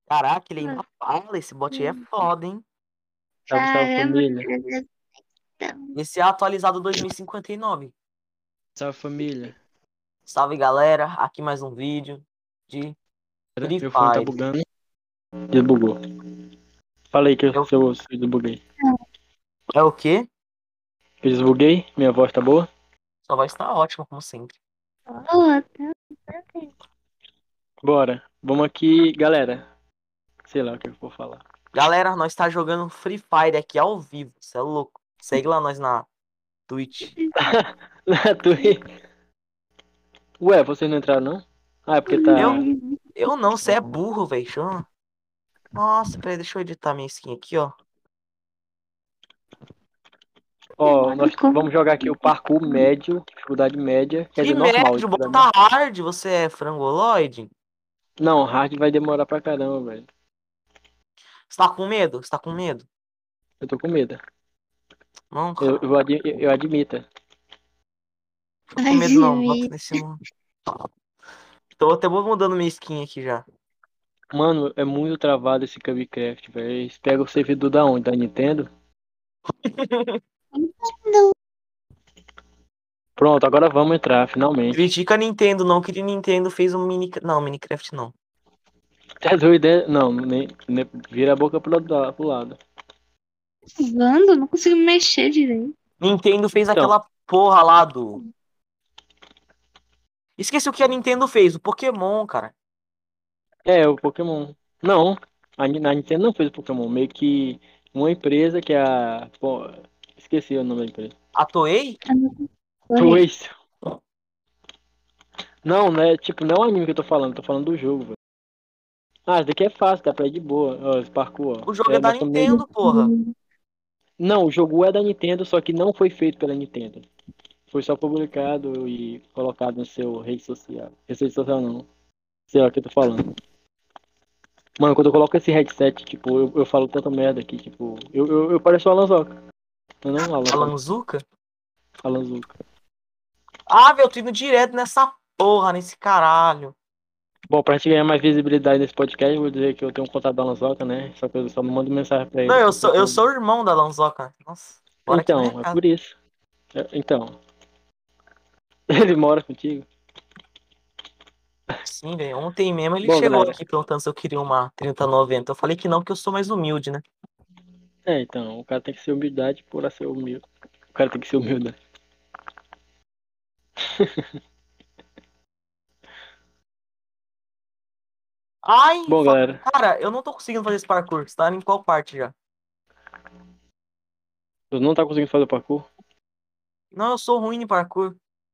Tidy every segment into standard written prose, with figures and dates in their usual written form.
Caraca, ele ainda fala. Esse bot aí é foda, hein? Salve, salve Caramba, família. Esse é atualizado 2059. Salve família. Salve, galera. Aqui mais um vídeo de Free Meu fone tá Fire. bugando. Desbugou. Falei que É o, eu desbuguei. é o quê? Eu desbuguei? Minha voz tá boa? Sua voz tá ótima, como sempre. boa, tá bem. Bora. Vamos aqui, galera. Sei lá o que eu vou falar. Galera, nós tá jogando Free Fire aqui ao vivo. Você é louco. Segue lá nós na Twitch. Na Twitch. Ué, vocês não entraram não? Ah, é porque Eu, tá. eu não, você é burro, velho. Nossa, peraí, deixa eu editar minha skin aqui, ó. Ó, Mano, nós vamos jogar aqui o parkour médio, dificuldade média. Quer Que dizer, normal, médio, dificuldade bota normal. hard, você é frangoloide? Não, hard vai demorar pra caramba, velho. Você tá com medo? Você tá com medo? Eu tô com medo. Não, Eu, cara. eu, admi- eu admito. Tô com ai, medo não, bota gente. nesse mundo. Tô até mudando minha skin aqui já. Mano, é muito travado esse Cubecraft, velho. Eles pegam o servidor da onde? Da Nintendo? Não, Pronto, agora vamos entrar, finalmente. Critica a Nintendo, não, que a Nintendo fez um mini... Não, Minecraft não. Tá doido, é? Não, nem vira a boca pro lado. Wanda, não consigo mexer direito. Nintendo fez Então, aquela porra lá do... Esqueci o que a Nintendo fez, o Pokémon, cara. é o Pokémon. Não, a Nintendo não fez o Pokémon. Meio que uma empresa que é a. Pô, esqueci o nome da empresa. A Toei? Eu não corri. Pois. Não, né? Tipo, não é o anime que eu tô falando do jogo, velho. Ah, esse daqui é fácil, dá pra ir de boa. Ó, esse parkour, ó. O jogo é É, da nós estamos meio. Nintendo, porra. Não, o jogo é da Nintendo, só que não foi feito pela Nintendo. Foi só publicado e colocado no seu rede social. Rede social não. Sei lá o que eu tô falando. Mano, quando eu coloco esse headset, tipo, eu falo tanta merda aqui, tipo, eu pareço o Alan Zoca. Não, é não, Alan Zoca. Alanzuka? Alan Zoca. Ah, velho, eu tô indo direto nessa porra, nesse caralho. Bom, pra gente ganhar mais visibilidade nesse podcast, eu vou dizer que eu tenho um contato do Alan Zoca, né? Só que eu só não mando mensagem pra Não, ele, porque eu eu tenho. sou o irmão da Lanzoca. Nossa, bora aqui no Então, é recado. por isso. Então, ele mora contigo? Sim, velho. Ontem mesmo ele Bom, chegou galera. aqui perguntando se eu queria uma 3090. Eu falei que não, porque eu sou mais humilde, né? É, então, o cara tem que ser humildade por ser humilde. O cara tem que ser humilde. Ai, Bom, galera, cara, eu não tô conseguindo fazer esse parkour. Você tá em qual parte já? tu não tá conseguindo fazer o parkour? Não, eu sou ruim em parkour.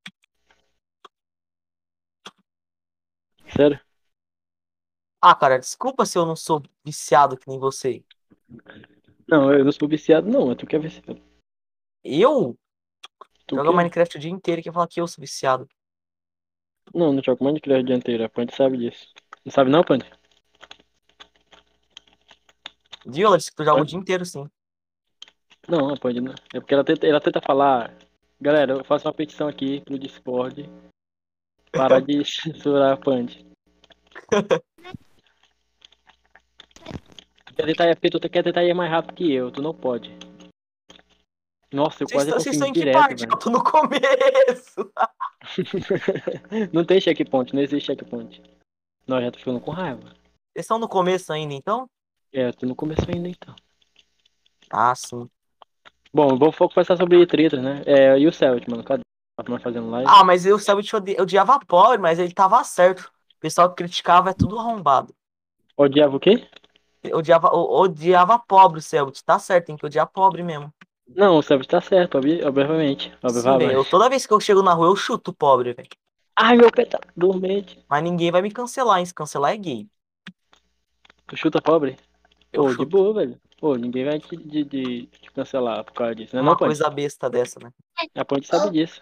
Sério? Ah, cara, desculpa se eu não sou viciado que nem você. Não, eu não sou viciado, não. É tu que é viciado. Eu? Tu Joga que é? Minecraft o dia inteiro e quer falar que eu sou viciado. Não, não jogo Minecraft dianteiro. A Pandy sabe disso. Não sabe não, Pandy? Viu? Ela disse que tu joga o dia Pandy? inteiro, sim. Não, a Pandy não. É porque ela tenta falar. Galera, eu faço uma petição aqui pro Discord. Parar de censurar a Pandy. É porque tu quer tentar ir mais rápido que eu. Tu não pode. Nossa, eu quase Vocês estão consegui em que direto, parte? velho. Eu tô no começo. Não tem checkpoint, não existe checkpoint. Não, eu já tô ficando com raiva. Vocês estão no começo ainda, então? É, tu não começou ainda então. Ah, sim. Bom, vamos conversar sobre tretas, né? É, e o Celt, mano? Cadê? Tá mais fazendo live? Ah, mas eu, sabe, eu odiava pobre, mas ele tava certo. O pessoal que criticava é tudo arrombado. Odiava o quê? Odiava pobre o Selbit. Tá certo, tem que odiar pobre mesmo. Não, o Celt tá certo, obviamente. Sim, velho. Obviamente. Toda vez que eu chego na rua, eu chuto o pobre, velho. Ai, meu pé tá dormente. Mas ninguém vai me cancelar, hein? Se cancelar é gay. Tu chuta pobre? Eu Pô, de chuto. boa, velho. Pô, ninguém vai te cancelar por causa disso, né não, Uma Ponte? coisa besta dessa, né? A Ponte sabe disso.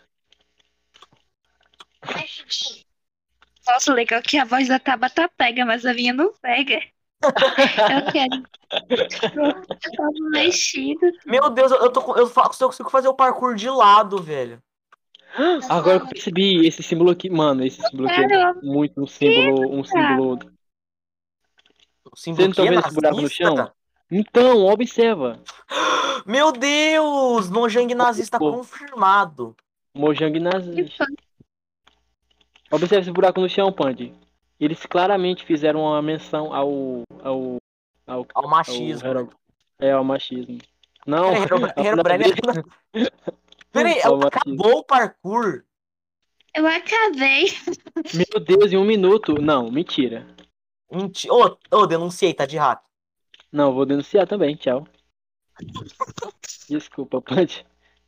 Nossa, legal que a voz da Tabata pega, mas a minha não pega. Eu quero todo mexido. Meu Deus, eu consigo fazer o parkour de lado, velho. Agora que eu percebi, esse símbolo aqui, mano, esse símbolo aqui é Caramba, muito um símbolo Símbolo Você o não tá quê? vendo esse buraco no chão? Nazista? Então, observa. Meu Deus! Mojang nazista Pô, confirmado. Mojang Que nazista. foi? Observa esse buraco no chão, Pandy. Eles claramente fizeram uma menção ao, Ao ao, machismo, né? ao machismo. Não, Peraí, ao Herobrine. nazismo, Peraí, ao machismo. acabou o parkour. Eu acabei. Meu Deus, em 1 minuto. Não, mentira. Ô, denunciei, tá de hack. Não, vou denunciar também, tchau. Desculpa, Pandy.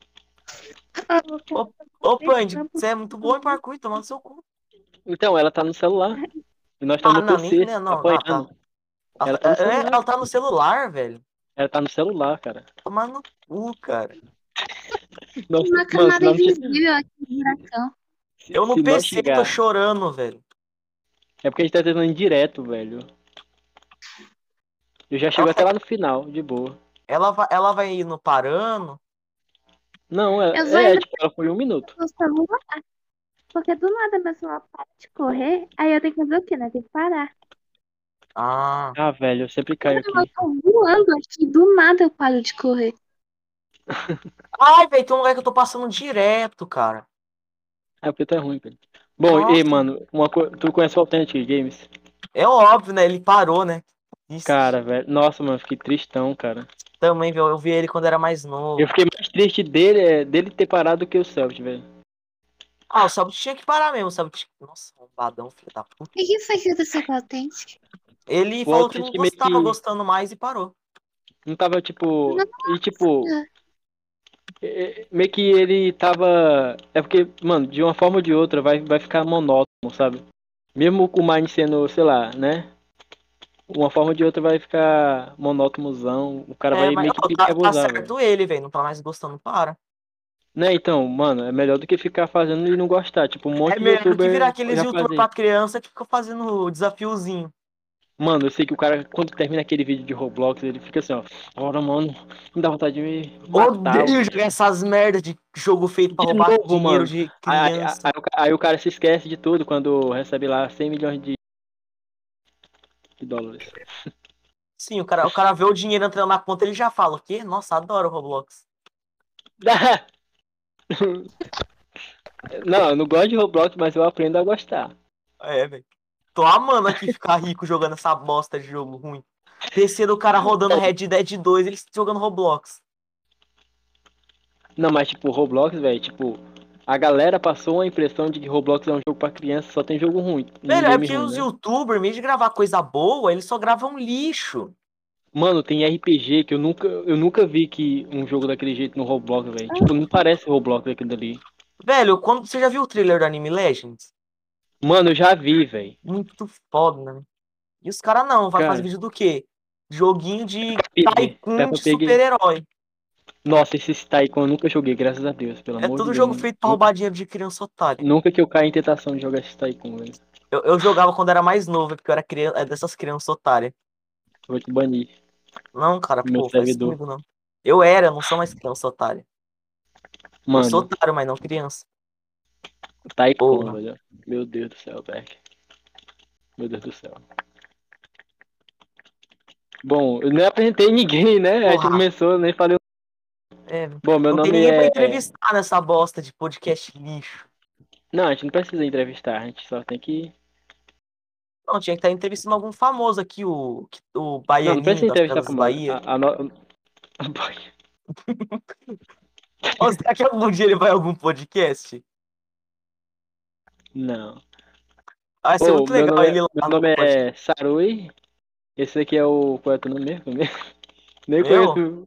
Ô, Pandy, você é muito bom em parkour, tomando seu cu. Então, ela tá no celular. E nós Ah, estamos no não, PC, não, tá. apanhando. Ela tá no celular. Ela tá no celular, velho. Ela tá no celular, cara. Tomar no cu, cara. Nossa, Uma mano, se camada nós, invisível aqui no buracão. Eu no se nós PC tô chegar. chorando, velho. É porque a gente tá tentando indireto, velho. Eu já chego Ela, até lá no final, de boa. ela vai indo parando. Não, Eu vou indo tipo, ela foi 1 minuto. pro celular. Porque do nada meu celular para de correr. Aí eu tenho que fazer o quê, né? Tem que parar. Ah. Ah, velho, eu sempre caio Não, eu aqui. tô voando aqui. Do nada eu paro de correr. Ai, velho, tem um lugar que eu tô passando direto, cara. Ah, porque tu é ruim, velho. Bom, e Nossa, mano, tu conhece o Authentic Games? é óbvio, né? Ele parou, né? Isso. Cara, velho, nossa, mano, fiquei tristão, cara. Também, velho, eu vi ele quando era mais Eu novo. fiquei mais triste dele ter parado do que o Celtic, velho. Ah, o Selbit tinha que parar mesmo, o Selbit. Nossa, bombadão, filho da puta. O que foi que aconteceu com a Authentic? Ele O falou que não Authentic meio gostava, que gostando mais e parou. não tava, tipo... E, tipo, Nossa. meio que ele tava... É porque, mano, de uma forma ou de outra vai ficar monótono, sabe? Mesmo com o Mine sendo, sei lá, né? Uma forma ou de outra vai ficar monótonozão. O cara É, vai mas meio que ó, tá abusar, velho. certo ele, velho. Não tá mais gostando, para. Né, então, mano, é melhor do que ficar fazendo e não gostar. Tipo, um É monte de melhor do que virar youtuber aqueles já youtubers fazem. pra criança que ficam fazendo desafiozinho. Mano, eu sei que o cara, quando termina aquele vídeo de Roblox, ele fica assim, ó. Ora, mano, me dá vontade de me matar. Odeio jogar essas merdas de jogo feito pra De roubar novo, dinheiro mano. de Aí, criança. aí o cara se esquece de tudo quando recebe lá 100 milhões de dólares. Sim, o cara vê o dinheiro entrando na conta, ele já fala, o quê? Nossa, adoro o Roblox. Não, eu não gosto de Roblox, mas eu aprendo a gostar. É, velho. Tô amando aqui ficar rico jogando essa bosta de jogo ruim. PC do cara rodando Red Dead 2, eles jogando Roblox. Não, mas tipo, Roblox, velho, tipo, a galera passou a impressão de que Roblox é um jogo pra criança, só tem jogo ruim, um Velho, é game porque ruim, os né? youtubers, em vez de gravar coisa boa, eles só gravam lixo. Mano, tem RPG que eu nunca vi que um jogo daquele jeito no Roblox, velho. Tipo, não parece Roblox aquilo dali. Velho, quando você já viu o trailer do Anime Legends? Mano, eu já vi, velho. Muito foda, né? E os caras não, vai fazer Cara, vídeo do quê? Joguinho de Tycoon Peppa de Pig. super-herói. Nossa, esse Tycoon eu nunca joguei, graças a Deus, pelo É amor de tudo Deus. jogo feito pra roubar dinheiro de criança otária. Nunca que eu caia em tentação de jogar esse Tycoon, velho. Eu jogava quando era mais novo, porque eu era criança, dessas crianças otárias. Vou te banir Não, cara, do meu pô, faz isso servidor. comigo não. Eu não sou mais criança otária. Eu sou Mano, otário, mas não criança. Tycoon, Porra. velho. Meu Deus do céu, velho. Meu Deus do céu. Bom, eu nem apresentei ninguém, né? A gente Porra. começou, nem falei. É, Bom, meu não tem nome ninguém pra é. entrevistar nessa bosta de podcast lixo. Não, a gente não precisa entrevistar, a gente só tem que. Não, tinha que estar entrevistando algum famoso aqui, o Não, não baianinho precisa das entrevistar Casas famoso. Bahia. Ou será que algum dia ele vai a algum podcast? Não. Vai ser Ô, muito legal ele lá meu no nome podcast. é Sarui. Esse aqui é o. Qual é o teu nome mesmo? Nem Meu? conheço.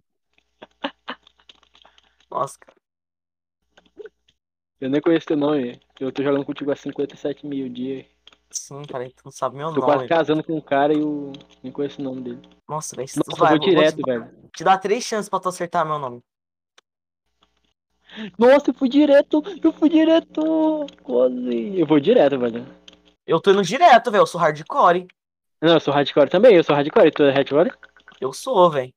Nossa, cara. Eu nem conheço teu nome. Eu tô jogando contigo há 57 mil dias. Sim, cara, tu não sabe meu Tô quase nome. casando com um cara e eu nem conheço o nome dele. Nossa, velho. Nossa, eu Vai, vou vou direto, velho. te dar 3 chances pra tu acertar meu nome. Nossa, eu fui direto! Eu fui direto! Quase. Eu vou direto, velho. Eu tô indo direto, velho. Eu sou hardcore. Não, eu sou hardcore também, eu sou hardcore. Tu é hardcore? Eu sou, velho.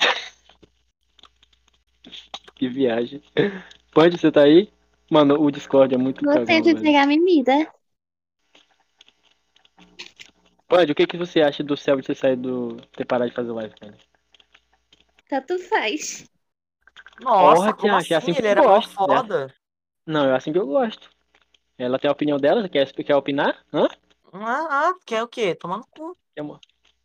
Que viagem. Pode, você tá aí? Mano, o Discord é muito Vou cagão, tentar velho. entregar a mimida. Pode, o que que você acha do Cell ter saído, ter parado de fazer live, cara? Tanto faz. Nossa, Porra, que como acha? É assim? assim que Ele eu era mó gosto. foda. Não, é assim que eu gosto. Ela tem a opinião dela, você quer opinar? Hã? Quer o quê? Toma no cu. Quer uma-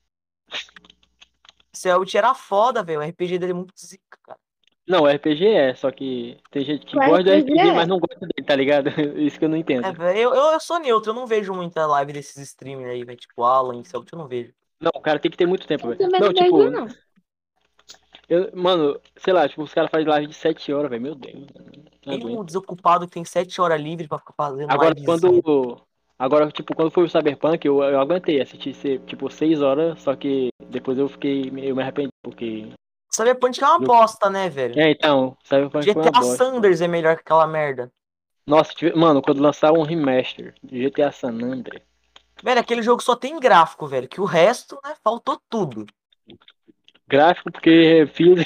Celt era foda, velho. O RPG dele é muito zica, cara. Não, RPG é, só que tem gente que O gosta do RPG RPG, é. mas não gosta dele, tá ligado? Isso que eu não É, entendo. velho, eu sou neutro, eu não vejo muita live desses streamers aí, velho. Tipo, Alan, Celt, eu não vejo. Não, o cara tem que ter muito tempo, Eu velho. também Não, não vejo, tipo, não. mano, sei lá, tipo, os caras fazem live de 7 horas, velho. Meu Deus, não Tem um aguento. desocupado que tem 7 horas livre pra ficar fazendo Agora, livezinha. tipo, quando foi o Cyberpunk, eu aguentei assistir, tipo, 6 horas, só que depois eu me arrependi, porque... Cyberpunk é uma bosta, né, velho? É, então, Cyberpunk foi uma GTA bosta. Sanders é melhor que aquela merda. Nossa, mano, quando lançar um remaster de GTA San Andreas, Velho, aquele jogo só tem gráfico, velho. Que o resto, né, faltou tudo. gráfico, porque fiz...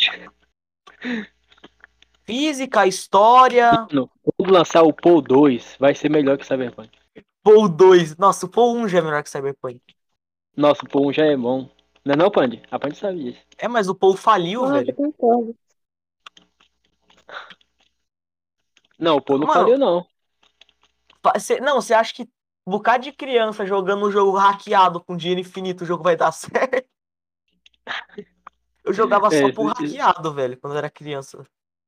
Física, história. Mano, quando lançar o Paul 2, vai ser melhor que Cyberpunk. Paul 2. Nossa, o Paul 1 já é melhor que Cyberpunk. Nossa, o Paul 1 já é bom. Não é não, Pandy? A Pandy sabe disso. É, mas o Paul faliu, Ah, eu velho. concordo. Não, o Paul não Mano, faliu, não. Não, você acha que um bocado de criança jogando um jogo hackeado com dinheiro infinito, o jogo vai dar certo? Eu jogava só É, por hackeado, velho, quando eu era criança.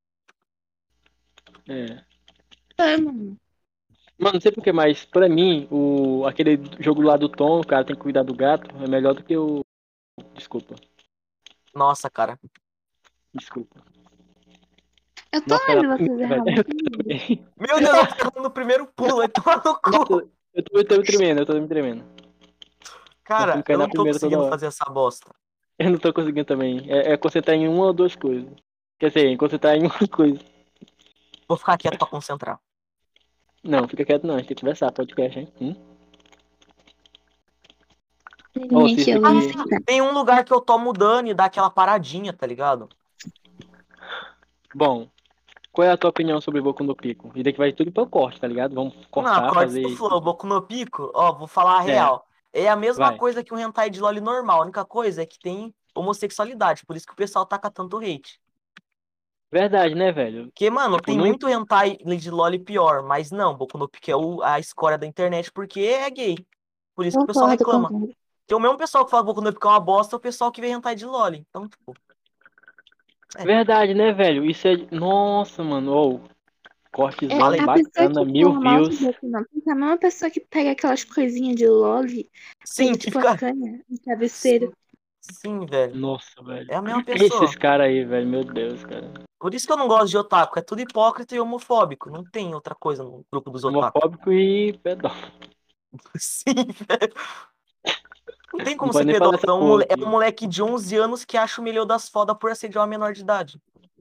é. É, mano. Mano, não sei porquê, mas pra mim, aquele jogo lá do Tom, o cara tem que cuidar do gato, é melhor do que o. Desculpa, Nossa, cara. desculpa. Eu tô Nossa, cara, vendo vocês velho. errando. Meu Deus, eu tô errando no primeiro pulo, aí toma no cu. Eu tô me tremendo, eu tô me tremendo. Nós Cara, temos que cair eu na não tô primeira toda conseguindo hora. fazer essa bosta. Eu não tô conseguindo também. É concentrar em uma ou duas coisas. Quer dizer, concentrar em uma coisa. Vou ficar quieto pra concentrar. Não, fica quieto não, a gente tem que conversar, podcast, hein? Ô, Ninguém se aqui isso ouvindo aqui. ficar. Tem um lugar que eu tomo dano e dá aquela paradinha, tá ligado? Bom, qual é a tua opinião sobre Boku no Pico? E daqui vai tudo pro corte, tá ligado? Vamos Não, cortar, cortes do fazer. Flow, Boku no Pico, ó, vou falar a É, real. É a mesma vai. coisa que um hentai de LoL normal. A única coisa é que tem homossexualidade, por isso que o pessoal taca tanto hate. Verdade, né, velho? Porque, mano, Tipo, tem não. muito hentai de LoL pior, mas não, Boku no Pico é a escória da internet porque é gay. Por isso que o pessoal Concordo, reclama. concordo. Tem o mesmo pessoal que fala que Boku no Pico é uma bosta, é o pessoal que vê hentai de LoL. Então, tipo, é. Verdade, né, velho? Isso é. Nossa, mano. Ô, É, cortezão Falei. a pessoa bacana, que 1000 fala mal de views. Boku no Pico não é uma pessoa que pega aquelas coisinhas de loli, Sim, pega que tipo a fica. canha, um travesseiro. Sim, sim, velho. Nossa, velho. É a mesma Esses pessoa. caras aí, velho. Meu Deus, cara. Por isso que eu não gosto de otaku. É tudo hipócrita e homofóbico. Não tem outra coisa no grupo dos otaku. Homofóbico e pedófilo. Sim, velho. Não tem Não como ser pode nem falar essa pedófilo. porra É um aqui. moleque de 11 anos que acha o melhor das fodas por assediar uma menor de idade.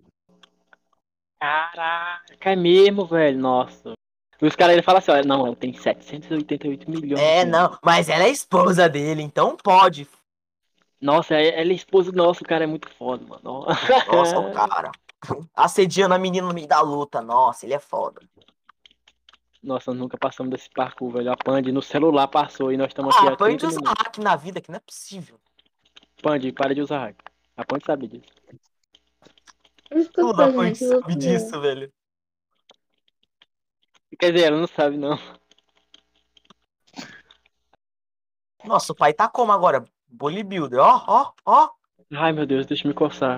Caraca, é mesmo, velho. Nossa. E os caras ele falam assim, olha, não, ela tem 788 milhões de É, seguidores. não. Mas ela é esposa dele, então pode. Nossa, ela é esposa do nosso, o cara é muito foda, mano. Nossa, o cara. Assediando a menina no meio da luta. Nossa, ele é foda. Nossa, nunca passamos desse parkour, velho. A Pandy no celular passou e nós estamos aqui Ah, há aprende 30 a usar minutos. hack na vida, que não é possível. Pandy, para de usar hack. A Pandy sabe disso. Tudo a Desculpa, Punch gente. Eu sabe disso, velho. Quer dizer, ela não sabe, não. Nossa, o pai tá como agora? Bodybuilder. Ó, ó, ó. Ai, meu Deus, deixa eu me coçar.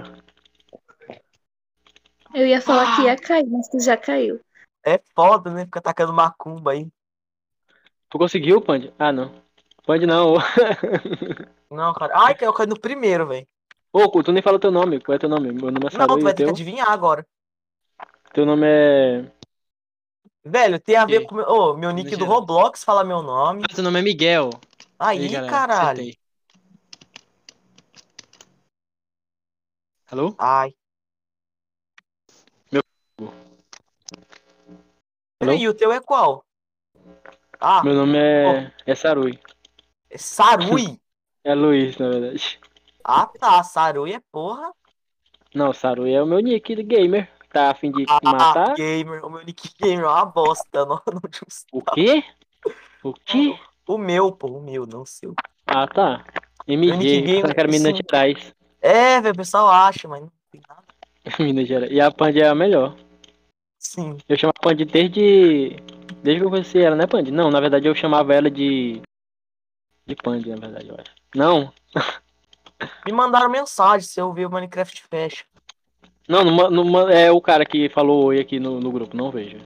eu ia falar que ia cair, mas tu já caiu. É foda, né? Fica atacando macumba aí. Tu conseguiu, Pandy? Ah, não. Pandy não. Não, cara. Ai, eu caí no primeiro, velho. Ô, tu nem falou teu nome. Qual é teu nome? Meu nome é Não, Saru tu e o vai ter que teu? adivinhar agora. Teu nome é... Velho, tem a ver E com meu Minas nick do Gerais. Roblox, fala meu nome. Ah, seu nome é Miguel. E aí, Aí, galera, caralho. acertei. Alô? Ai. Alô? Peraí, o teu é qual? Ah, Meu nome pô, é Sarui. é Sarui? É Luiz, na verdade. Ah, tá. Sarui é porra. Não, Sarui é o meu nick de gamer. Tá a fim de me Ah, matar? gamer. O meu nick gamer é uma bosta. Não, não O justa. quê? O quê? O meu, pô. O meu, não o seu. Ah, tá. Unique MG, Gamer, pensando que era Minas sim. Gerais. É, velho, o pessoal acha, mas não tem nada. Minas Gerais. E a Pandy é a melhor. Sim. Eu chamo a Pandy desde que eu conheci ela, né, Pandy? Não, na verdade eu chamava ela de Pandy, na verdade, eu acho. Não, Me mandaram mensagem se eu ver o Minecraft fecha. não, é o cara que falou oi aqui no grupo, não vejo.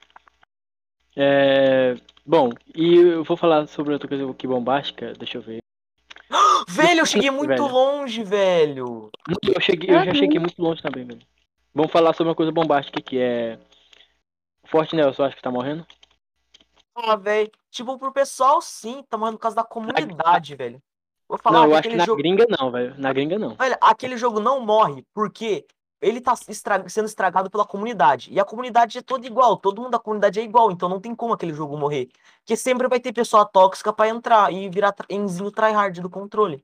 É, bom, e eu vou falar sobre outra coisa aqui bombástica, deixa eu ver. Velho, eu cheguei muito Velho. longe, velho. Eu já cheguei muito longe também, velho. Vamos falar sobre uma coisa bombástica que é. Forte Nelson, acho que tá morrendo? Ah, velho. Tipo, pro pessoal, sim, tá morrendo por causa da comunidade, velho. Vou Não, falar que eu acho que aquele na jogo. gringa não, velho. Na gringa não. Velho, aquele jogo não morre porque ele tá sendo estragado pela comunidade. E a comunidade é toda igual, todo mundo da comunidade é igual, então não tem como aquele jogo morrer. Porque sempre vai ter pessoa tóxica pra entrar e virar enzinho tryhard do controle.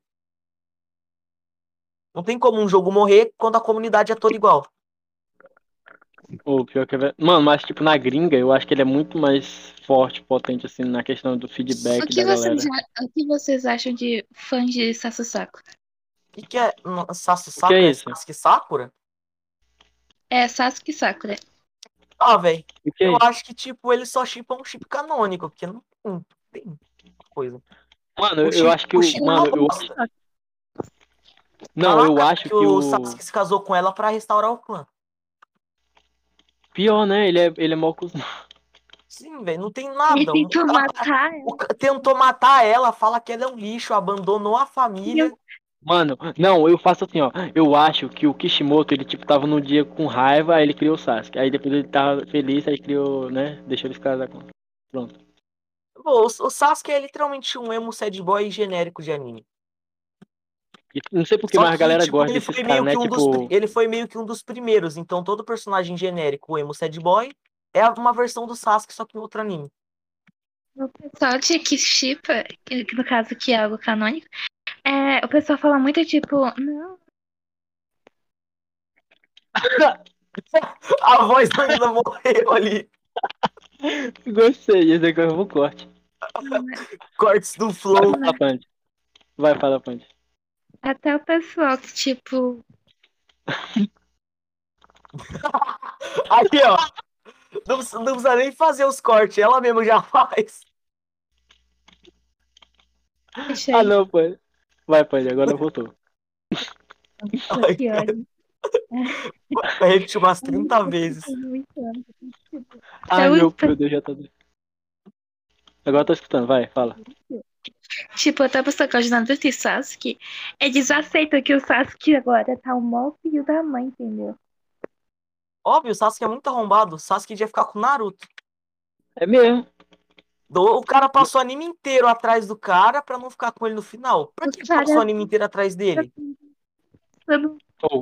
Não tem como um jogo morrer quando a comunidade é toda igual. Ou pior que é. Mano, mas tipo, na gringa eu acho que ele é muito mais forte, potente, assim, na questão do O feedback que da vocês, galera. o que vocês acham de fãs de Sassasaco? O que é Sasuke O que é Sakura? É isso? Sasuke Sakura? É Sasuke Sakura. Ah, velho. O que é Eu isso? acho que, tipo, ele só shippa um chip canônico, porque não tem coisa. Mano, O eu chip, acho que o o. chip é uma Mano, eu. bosta. Não, eu Caraca, acho que que o o. Sasuke se casou com ela pra restaurar o clã. Pior, né? Ele é mó cuzão. Sim, velho, não tem Ele nada. tentou matar Tentou matar ela, fala que ela é um lixo, abandonou a ela. família. Mano, não, eu faço assim, ó. Eu acho que o Kishimoto, ele, tipo, tava num dia com raiva, aí ele criou o Sasuke. Aí depois ele tava feliz, aí criou, né? Deixou eles casar com. Pronto. Pô, o Sasuke é literalmente um emo sad boy genérico de anime. E não sei por que Só mais a que, galera tipo, gosta desses caras, né? Tipo. ele foi meio que um dos primeiros. Então, todo personagem genérico, o emo sad boy, é uma versão do Sasuke, só que em outro anime. O pessoal de que shippa, que no caso que é algo canônico, o pessoal fala muito tipo, não, A voz da menina morreu ali. Gostei, esse aqui eu vou corte. Cortes do Vai, flow. fala, Punch. Vai, fala, Punch. até o pessoal que tipo, Aí, ó. Não precisa nem fazer os cortes, ela mesma já faz. deixa Ah, aí, não, Punch. Vai, Punch, agora voltou. Ai, que cara. ódio. Vai repetir umas É muito 30 vezes. ano. Ai, meu Deus, já tá doido. Agora eu tô escutando, vai, fala. Tipo, até a pessoa que gosta desse Sasuke, eles aceitam que o Sasuke agora tá o maior filho da mãe, entendeu? Óbvio, o Sasuke é muito arrombado. O Sasuke devia ficar com o Naruto. É mesmo. O cara passou o anime inteiro atrás do cara pra não ficar com ele no final. Por O que passou cara o anime inteiro atrás dele? todo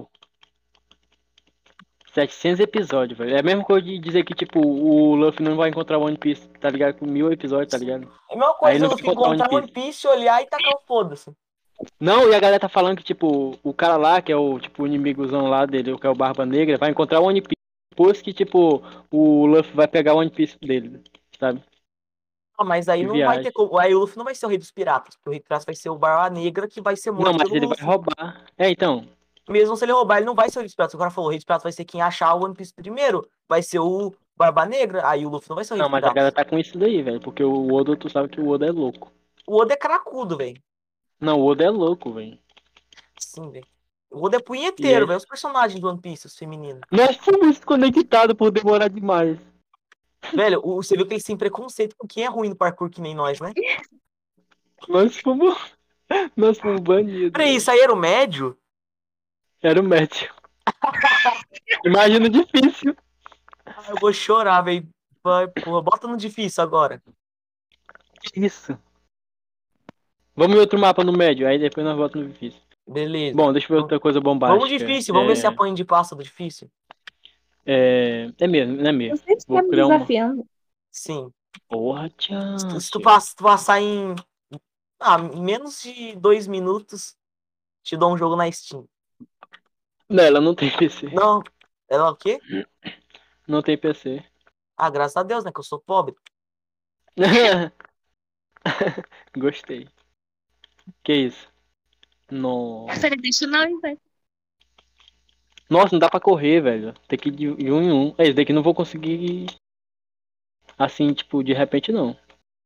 700 episódios, velho. É a mesma coisa de dizer que, tipo, o Luffy não vai encontrar o One Piece, tá ligado? Com 1000 episódios, tá ligado? É a mesma Aí ele coisa não o vai Luffy encontrar o One encontrar One Piece. Piece, olhar e tacar o foda-se. Não, e a galera tá falando que, tipo, o cara lá, que é o, tipo, o inimigozão lá dele, que é o Barba Negra, vai encontrar o One Piece depois que, tipo, o Luffy vai pegar o One Piece dele, sabe? Ah, mas aí Que não vai ter viagem. como. Aí o Luffy não vai ser o Rei dos Piratas. Porque o Rei dos Piratas vai ser o Barba Negra que vai ser Não, morto mas pelo ele vai Luffy. roubar. É, então. Mesmo se ele roubar, ele não vai ser o Rei dos Piratas. O cara falou: o Rei dos Piratas vai ser quem achar o One Piece primeiro. Vai ser o Barba Negra. Aí o Luffy não vai ser o Rei Não, dos mas a galera Piratas. tá com isso daí, velho. Porque o Oda, tu sabe que o Oda é louco. O Oda é cracudo, velho. Não, o Oda é louco, velho. Sim, velho. O Oda é E punheteiro, é. velho. Os personagens do One Piece, os femininos. Nós fomos conectados por demorar demais. Velho, você viu que eles têm preconceito com quem é ruim no parkour que nem nós, né? Nós fomos. Nós fomos banidos, Peraí, velho. isso aí era o médio? Era o Matthew. Imagina difícil. Ah, eu vou chorar, velho. Vai, porra, bota no difícil agora. Que isso? Vamos em outro mapa no médio, aí depois nós voltamos no difícil. Beleza. Bom, deixa eu ver outra coisa Vamos bombástica. difícil, vamos ver se apanha de pasta do difícil. É mesmo, não é mesmo. Você está Vou me criar uma. desafiando. Sim. Porra, Se tu chance. passar em menos de 2 minutos, te dou um jogo na Steam. Não, ela não tem PC. Não, ela o quê? Não tem PC. Ah, graças a Deus, né? Que eu sou pobre. Gostei. Que isso? Nossa. Falei, deixa não, velho. Nossa, não dá pra correr, velho. Tem que ir de um em um. Esse daqui não vou conseguir assim, tipo, de repente não.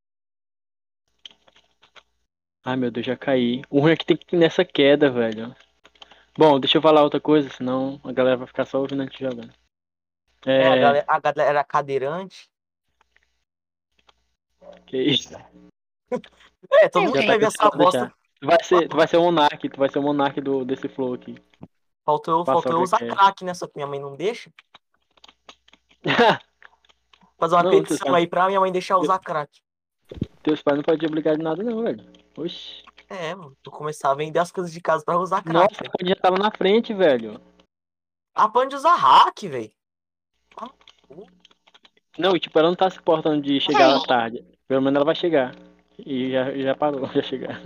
Ai, meu Deus, já caí. O ruim é que tem que ir nessa queda, velho. Bom, deixa eu falar outra coisa, senão a galera vai ficar só ouvindo a gente jogando. É, É, a galera cadeirante. que isso? É, todo Ai, mundo ok. Já que tá vai ver essa cancelado, bosta. deixar. Tu vai ser o Monark, tu vai ser o Monark desse flow aqui. Faltou Passar eu o usar Gcast. crack nessa que minha mãe não deixa. Fazer uma Não, teus petição pais, aí pra minha mãe deixar eu usar crack. teus pais não podem obrigar de nada não, velho. Oxi. É, mano, vou começar a vender as coisas de casa pra usar crack, Nossa, velho. a gente já tava na frente, velho. Aprende a usar hack, velho. Não, e tipo, ela não tá se importando de chegar à tarde. Pelo menos ela vai chegar. E já parou, já chegar.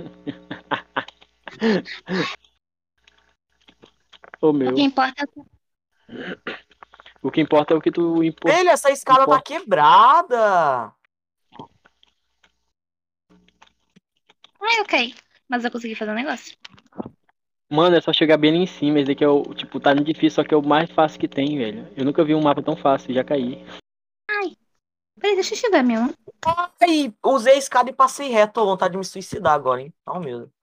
Ô O que meu. importa é O que importa é o que tu Velho, essa escada tá importa. quebrada. Ai, ok. Mas eu consegui fazer um negócio. Mano, é só chegar bem ali em cima. Esse daqui é o, tipo, tá difícil, só que é o mais fácil que tem, velho. Eu nunca vi um mapa tão fácil, já caí. Peraí, deixa eu te dar meu. Aí, usei a escada e passei reto. Tô com vontade de me suicidar agora, hein? Não mesmo.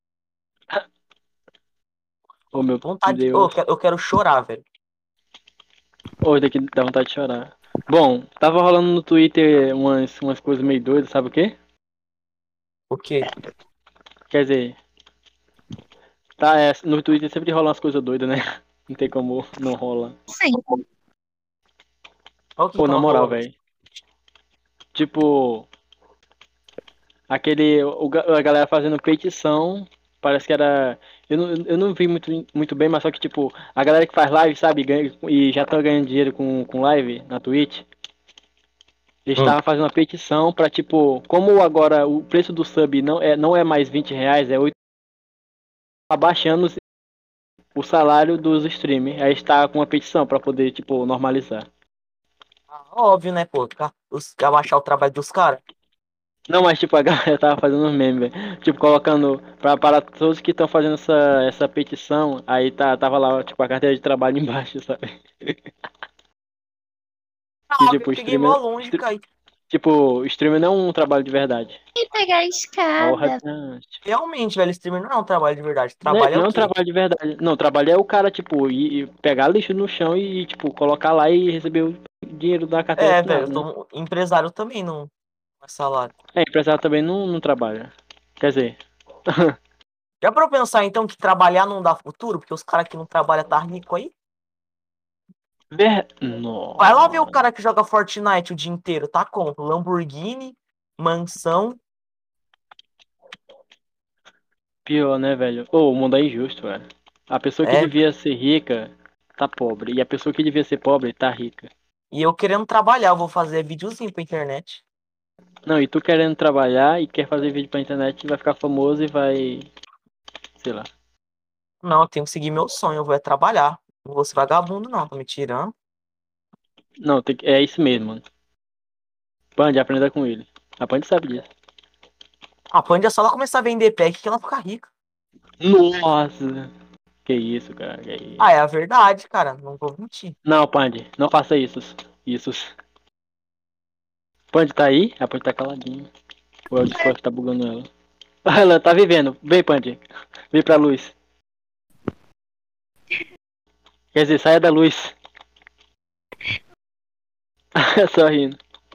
Ô meu Vontade. Ô, Deus. eu quero chorar, velho. Ô, esse daqui dá vontade de chorar. Bom, tava rolando no Twitter umas coisas meio doidas, sabe o quê? O quê? Quer dizer, tá, no Twitter sempre rola umas coisas doidas, né? Não tem como não rola. Sim. Olha o que Pô, na tava moral, rolando. velho. Tipo, a galera fazendo petição, parece que era. Eu não vi muito bem, mas só que, tipo, a galera que faz live, sabe, e já tá ganhando dinheiro com live na Twitch, eles Hum. estavam fazendo uma petição pra, tipo, como agora o preço do sub não é mais R$ 20, é 8, abaixando o salário dos streamers. Aí está com uma petição pra poder, tipo, normalizar. Óbvio, né, pô? Abaixar o trabalho dos caras. Não, mas tipo, a galera tava fazendo uns memes, velho. Tipo, colocando para todos que estão fazendo essa petição, aí tava lá, tipo, a carteira de trabalho embaixo, sabe? Que Ah, tipo, eu cheguei mó longe, cara. tipo, streamer não é um trabalho de verdade. E pegar a Porra, escada. Realmente, velho, streamer não é um trabalho de verdade. né? Trabalho é Não o é um quê? trabalho de verdade. Não, trabalho é o cara, tipo, ir pegar lixo no chão e, tipo, colocar lá e receber o dinheiro da carteira É, velho, assinada, eu né? tô empresário também não é salário. É, empresário também não trabalha. Quer dizer, Já pra eu pensar, então, que trabalhar não dá futuro? Porque os caras que não trabalham tá rico aí? Vai lá ver o Nossa. cara que joga Fortnite o dia inteiro, tá com Lamborghini, mansão. Pior, né, velho? Ô, o mundo é injusto, velho. A pessoa que É, devia ser rica tá pobre. E a pessoa que devia ser pobre tá rica. e eu querendo trabalhar, eu vou fazer videozinho pra internet. Não, e tu querendo trabalhar e quer fazer vídeo pra internet, vai ficar famoso e vai. Sei lá. Não, eu tenho que seguir meu sonho, eu vou trabalhar. Não vou ser vagabundo, não, tô me tirando. Não, é isso mesmo, mano. Pande, aprenda com ele. A Pande sabe disso. A Pandy é só ela começar a vender pack que ela fica rica. Nossa! Que isso, cara, que isso. Ah, é a verdade, cara, não vou mentir. Não, Pande, não faça isso. Isso. Pande tá aí? A Pande tá caladinha. O Discord tá bugando ela. Ela tá vivendo. Vem, Pande. Vem pra luz. Quer dizer, saia da luz. Só rindo.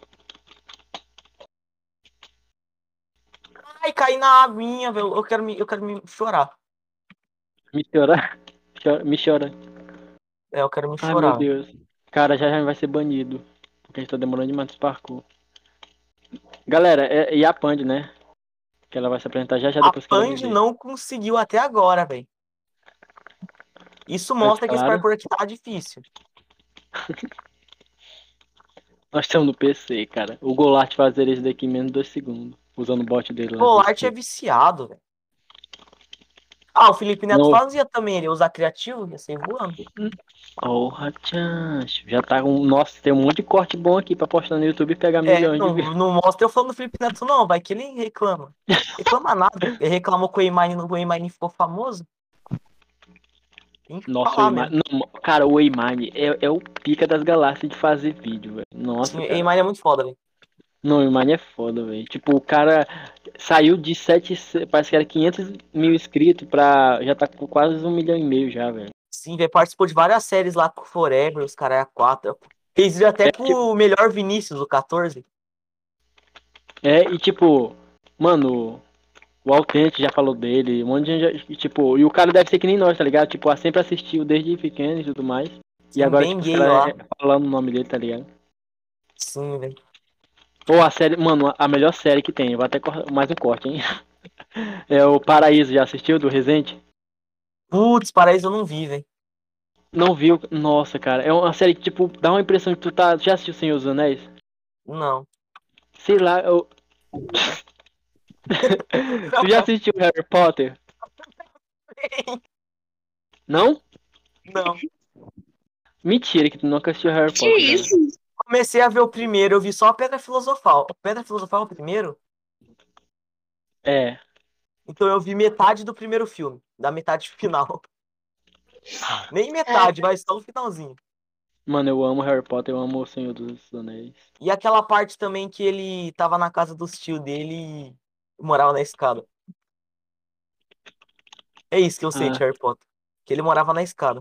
Ai, caí na aguinha, velho. Eu quero me chorar. Me chora. Me chora. É, eu quero me Ai, meu chorar. Deus. Cara, já vai ser banido. Porque a gente tá demorando demais nesse parkour. Galera, e a Pand, né? Que ela vai se apresentar já A depois que ela Pandy viver. não conseguiu até agora, velho. Isso Tá mostra que esse claro? parkour aqui tá difícil. Nós estamos no PC, cara. O Golart fazer isso daqui em menos de 2 segundos. Usando o bot dele lá. O Art é viciado, velho. Ah, o Felipe Neto Não. fazia também, ele ia usar criativo, ia sair voando. Porra, tchan. Já tá um. Nossa, tem um monte de corte bom aqui pra postar no YouTube e pegar milhões de views. Não mostra eu falando do Felipe Neto, não, vai que ele reclama. Reclama nada. Ele reclamou que o Eimine ficou famoso. Tem que Nossa, o falar Eimine. mesmo. Não, cara, o Eimine é o pica das galáxias de fazer vídeo, velho. Sim, Nossa, o cara. Eimine é muito foda, velho. Não, o Eimine é foda, velho. Tipo, o cara saiu de 7, parece que era 500 mil inscritos pra. Já tá com quase 1,5 milhão já, velho. Sim, velho, participou de várias séries lá com o Forever, os caras é a 4. Fez vídeo até com Tipo, o melhor Vinícius, o 14. e tipo, mano, o Authentic já falou dele, um monte de gente já, e, tipo, e o cara deve ser que nem nós, tá ligado? Tipo, sempre assistiu desde pequeno e tudo mais. E Sim, agora, bem tipo, os gay caras lá. falando o nome dele, tá ligado? Sim, velho. Ou a série, mano, a melhor série que tem, eu vou até mais um corte, hein? É o Paraíso, já assistiu, do Resende? Putz, Paraíso eu não vi, velho. Não viu? Nossa, cara, é uma série que, tipo, dá uma impressão que tu tá. Já assistiu Senhor dos Anéis? Não. Sei lá, eu. Tu já assistiu Harry Potter? Não? Não. Mentira que tu nunca assistiu Harry Que Potter, cara. isso? Comecei a ver o primeiro, eu vi só a Pedra Filosofal. A Pedra Filosofal é o primeiro? É. Então eu vi metade do primeiro filme, da metade final. Nem Ah, metade, vai só o finalzinho. Mano, eu amo Harry Potter, eu amo o Senhor dos Anéis. E aquela parte também que ele tava na casa dos tios dele e morava na escada. É isso que eu sei de Ah. Harry Potter. Que ele morava na escada.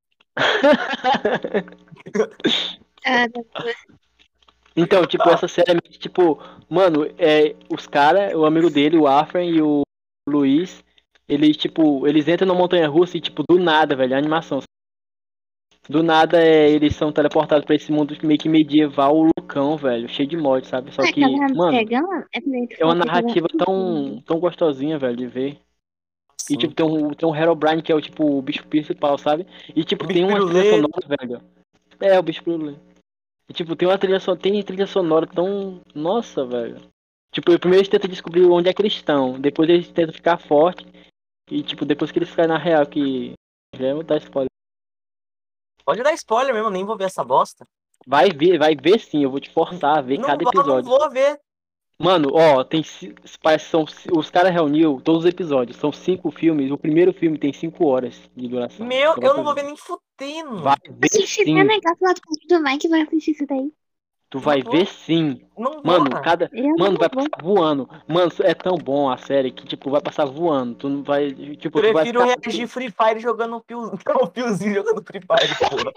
ah, Então, tipo, essa série é meio que, tipo, mano, os caras, o amigo dele, o Afren e o Luiz, eles, tipo, eles entram na montanha russa e, tipo, do nada, velho, a animação. Do nada, eles são teleportados pra esse mundo meio que medieval, loucão, velho, cheio de morte, sabe? Só é que, aquela mano, pegando? É porque tu é uma falou que aquela. narrativa tão gostosinha, velho, de ver. E, tipo, Sim. tem um Herobrine que é o, tipo, o bicho principal, sabe? E, O tipo, bicho tem uma trilha pirulê. sonora, velho. É, o bicho pirulê. E, tipo, tem trilha sonora tão. Nossa, velho. Tipo, primeiro eles tentam descobrir onde é que eles estão. Depois eles tentam ficar forte. E, tipo, depois que eles caem na real, que. Já vou dar spoiler. Pode dar spoiler mesmo, nem vou ver essa bosta. Vai ver sim, eu vou te forçar a ver cada Não episódio. vou ver. Mano, ó, parece que são. Os caras reuniu todos os episódios. São 5 filmes. O primeiro filme tem 5 horas de duração. Meu, Só pra eu não tu vou ver. ver nem Vai fudendo. ver Assistir é sim. legal falar do Mike vai assistir isso daí. Tu Não vai ver vou. sim. Não vou, Mano, cara. Eu Mano, não vai vou. passar voando. Mano, é tão bom a série que, tipo, vai passar voando. Tu não vai. Tipo, tu vai Prefiro ficar. reagir Free Fire jogando o Pio... Não, o Piozinho jogando Free Fire, porra.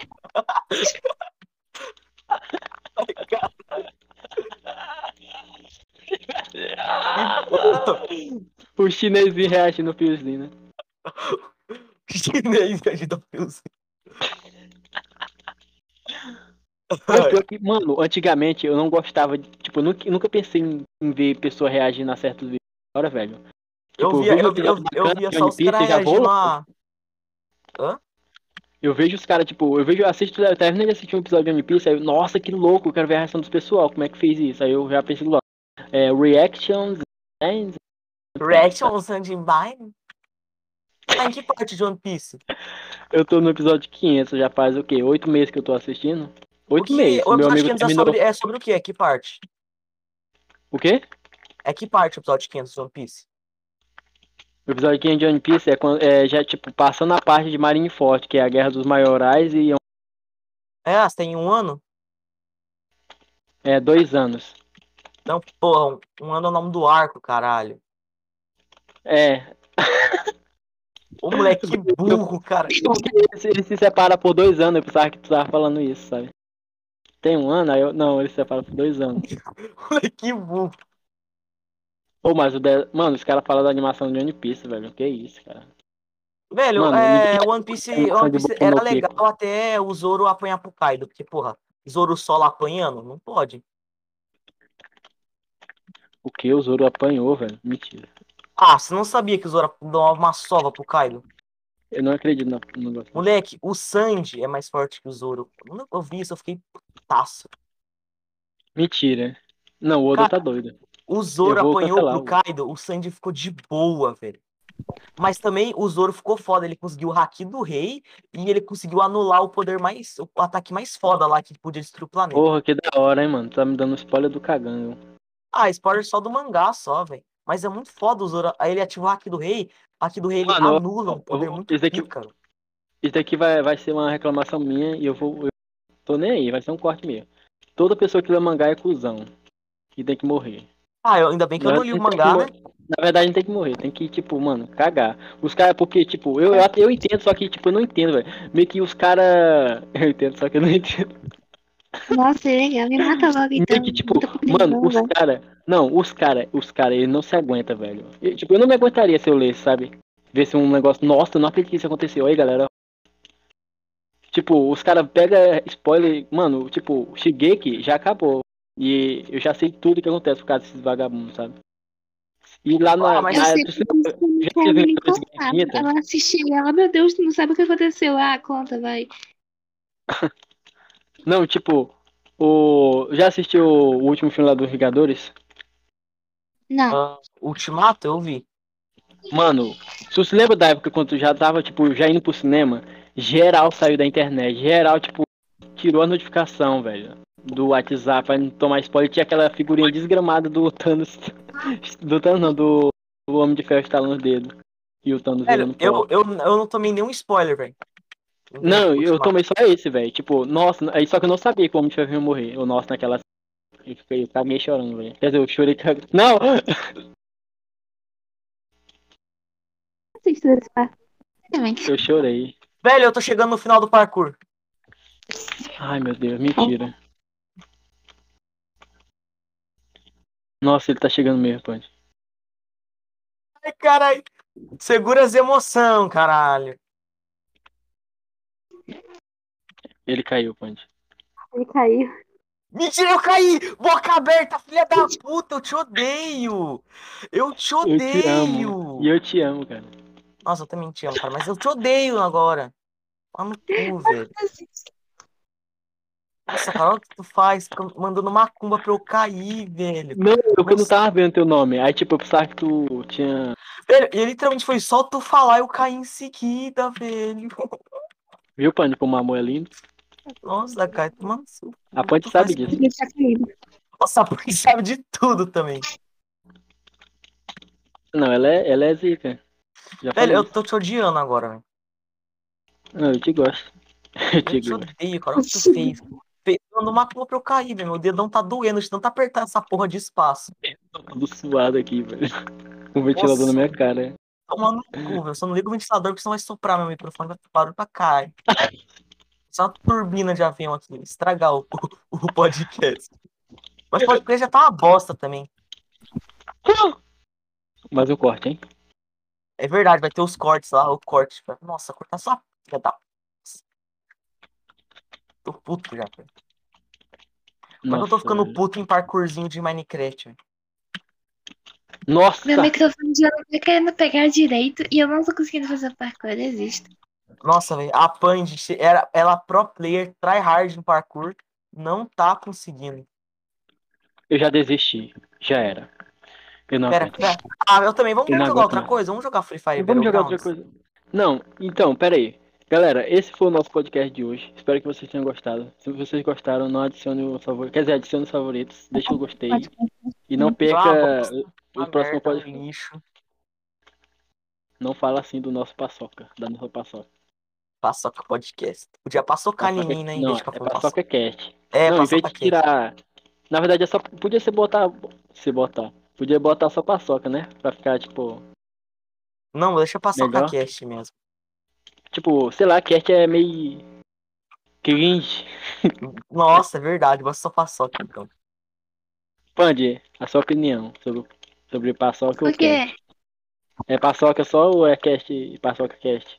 Ai, cara, O chinesinho reage no fiozinho, né? chinês reagindo ao Piozinho. Não, pior que, mano, antigamente eu não gostava de. Tipo, eu nunca pensei em ver pessoa reagindo a certos vídeos. Agora, velho. Eu Tipo, eu via, vejo um eu, vi- eu, episódio eu bacana via de só One os Piece caras e já vou reagindo lá. a. Hã? Eu vejo os caras, tipo, eu terminei de assistir um episódio de One Piece, aí, nossa, que louco, eu quero ver a reação dos pessoal, como é que fez isso? Aí eu já pensei lá. Reactions and. Reaction Sandine? Tá em que parte de One Piece? Eu tô no episódio 500, já faz o quê? 8 meses que eu tô assistindo? O Oito que. meses. O Meu episódio amigo 500 terminou. é sobre o quê? Que parte? O quê? É que parte o episódio 500 de One Piece? O episódio 500 de One Piece já, tipo, passando a parte de Marineford, que é a Guerra dos Maiorais, e É, você tem um ano? 2 anos. Não, porra, um ano é o nome do arco, caralho. É. Ô, moleque burro, cara. Ele se separa por 2 anos, eu pensava que tu tava falando isso, sabe? Tem um ano? Aí não, ele se separa por 2 anos. Moleque burro. Pô, mas Mano, os caras falam da animação de One Piece, velho. Que isso, cara. Velho, Mano, ninguém One animação de Piece Boku era no legal Pico. até o Zoro apanhar pro Kaido, porque, porra, Zoro solo apanhando? Não pode. O que? O Zoro apanhou, velho? Mentira. Ah, você não sabia que o Zoro deu uma sova pro Kaido? Eu não acredito no negócio. Moleque, o Sanji é mais forte que o Zoro. Quando eu vi isso, eu fiquei putaço. Mentira. Não, o Oda Cara, tá doido. o Eu Zoro vou apanhou cancelar pro o. Kaido, o Sanji ficou de boa, velho. Mas também o Zoro ficou foda. Ele conseguiu o haki do rei e ele conseguiu anular o poder mais. O ataque mais foda lá que podia destruir o planeta. Porra, que da hora, hein, mano. Tá me dando spoiler do Kagan. Ah, spoiler só do mangá, só, velho. Mas é muito foda o Zoro. Aí ele ativa o haki do rei. O haki do rei ele Mano, anula um poder muito isso daqui, pica. isso daqui vai ser uma reclamação minha e eu tô nem aí, vai ser um corte meu. Toda pessoa que lê mangá é cuzão. E tem que morrer. Ah, ainda bem que eu Na não verdade, li o não tem que mangá, né? Na verdade, não tem que morrer. Tem que, tipo, mano, cagar. Os caras, porque, tipo, eu entendo, só que, tipo, eu não entendo, velho. Meio que os caras. Eu entendo, só que eu não entendo. Nossa, é legal. Me mata logo Meio então. que, tipo, Muita mano, prisão, velho. Não, os cara, eles não se aguentam, velho. Tipo, eu não me aguentaria se eu lesse, sabe? Ver se um negócio. Nossa, eu não acredito que isso aconteceu. Aí, galera. Tipo, os caras pegam spoiler. Mano, tipo, Shigeki já acabou. E eu já sei tudo que acontece por causa desses vagabundos, sabe? E lá Ah, Eu mas sei que você não já quer teve me Vingadores Guerra contar. Infinita? Ela assistiu e ela, meu Deus, tu não sabe o que aconteceu. Ah, conta, vai. Não, tipo, já assistiu o último filme lá dos Vingadores? Não. Ultimato eu vi. Mano, se você lembra da época quando tu já tava, tipo, já indo pro cinema, geral saiu da internet, geral, tipo, tirou a notificação, velho, do WhatsApp pra não tomar spoiler. Tinha aquela figurinha desgramada do Thanos, do Thanos não, do Homem de Ferro estalando os dedos e o Thanos Velho, virando pó. eu não tomei nenhum spoiler, velho. Não, eu Ultimato. tomei só esse, velho, tipo, nossa, aí só que eu não sabia que o Homem de Ferro ia morrer, ou nossa, naquela. Eu caguei chorando, velho. Quer dizer, eu chorei. Não! Assisto esse par também. Eu chorei. Velho, eu tô chegando no final do parkour. Ai, meu Deus, mentira. Nossa, ele tá chegando mesmo, Punch. Ai, caralho. Segura as emoção, caralho. Ele caiu, Punch. Ele caiu. Mentira, eu caí! Boca aberta, filha da puta, eu te odeio! Eu te Eu te amo. E odeio! eu te amo, cara. Nossa, eu também te amo, cara, mas eu te odeio agora. Lá no cu, velho. Nossa, cara, olha o que tu faz, fica mandando macumba pra eu cair, velho. Não, eu que não Nossa, tava vendo teu nome. Aí, tipo, eu pensava que tu tinha. velho, e literalmente foi só tu falar eu caí em seguida, velho. Viu, Punch, como o amor é lindo? Nossa, cara, toma no seu A cu, Punch tu sabe faz disso. Ele tá caído. Nossa, porque sabe de tudo também. Não, ela é zica. Já Velho, falei eu isso. tô te odiando agora, velho. Não, eu te gosto. Eu Eu te te gosto. odeio, cara. Olha o que tu fez. Mandou uma culpa pra eu cair, velho. Meu dedão tá doendo de tanto apertar essa porra de espaço. Tô todo suado aqui, velho. Com o ventilador na Nossa, minha cara. toma no cu, velho. Só não liga o ventilador porque senão vai soprar meu microfone, vai barulho pra caralho. Só uma turbina de avião aqui, estragar o podcast. Mas o podcast já tá uma bosta também. Mas o corte, hein? É verdade, vai ter os cortes lá, o corte. Nossa, cortar só. Já tá. Tô puto já, velho. Como é que eu tô Nossa, ficando velho. puto em parkourzinho de Minecraft, velho? Meu Nossa! microfone já não tá querendo pegar direito e eu não tô conseguindo fazer parkour, eu desisto. Nossa, velho, a Pandy, ela pro player, try hard no parkour, não tá conseguindo. Eu já desisti. Já era. Eu não Pera, aguento mais. pera. Ah, eu também. Eu Vamos não jogar aguento outra mais. coisa? Vamos jogar Free Fire Vamos jogar outra Battlegrounds? coisa. Não, então, pera aí. Galera, esse foi o nosso podcast de hoje. Espero que vocês tenham gostado. Se vocês gostaram, não adicione os favoritos. Quer dizer, adicione os favoritos. Deixa o gostei. E não Foi uma perca bosta, o uma próximo merda, um podcast. lixo. Não fala assim do nosso paçoca. Da nossa paçoca. Paçoca Podcast. Podia paçocar em Paçoca. mim, né? Em Não, vez de ficar é falando paçoca. paçoca cast. É, Não, em vez paçoca de cast. tirar. Na verdade, é só. Podia ser botar. Se botar. Podia botar só paçoca, né? Pra ficar, tipo, Não, deixa paçoca melhor. cast mesmo. Tipo, sei lá, cast é meio cringe. Nossa, é verdade. Bota só paçoca, então. Pande, a sua opinião sobre paçoca ou O quê? cast? É paçoca só ou é cast e paçoca cast?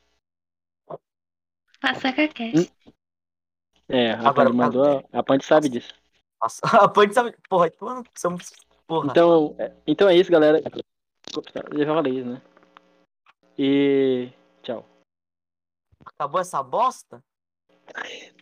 Paçoca Hum, Cast. É, a Pande Agora, mandou, a Pande sabe disso. a Pandy sabe. Porra, tu somos. Porra. Então é isso, galera. Eu já falei isso, né? E tchau. Acabou essa bosta?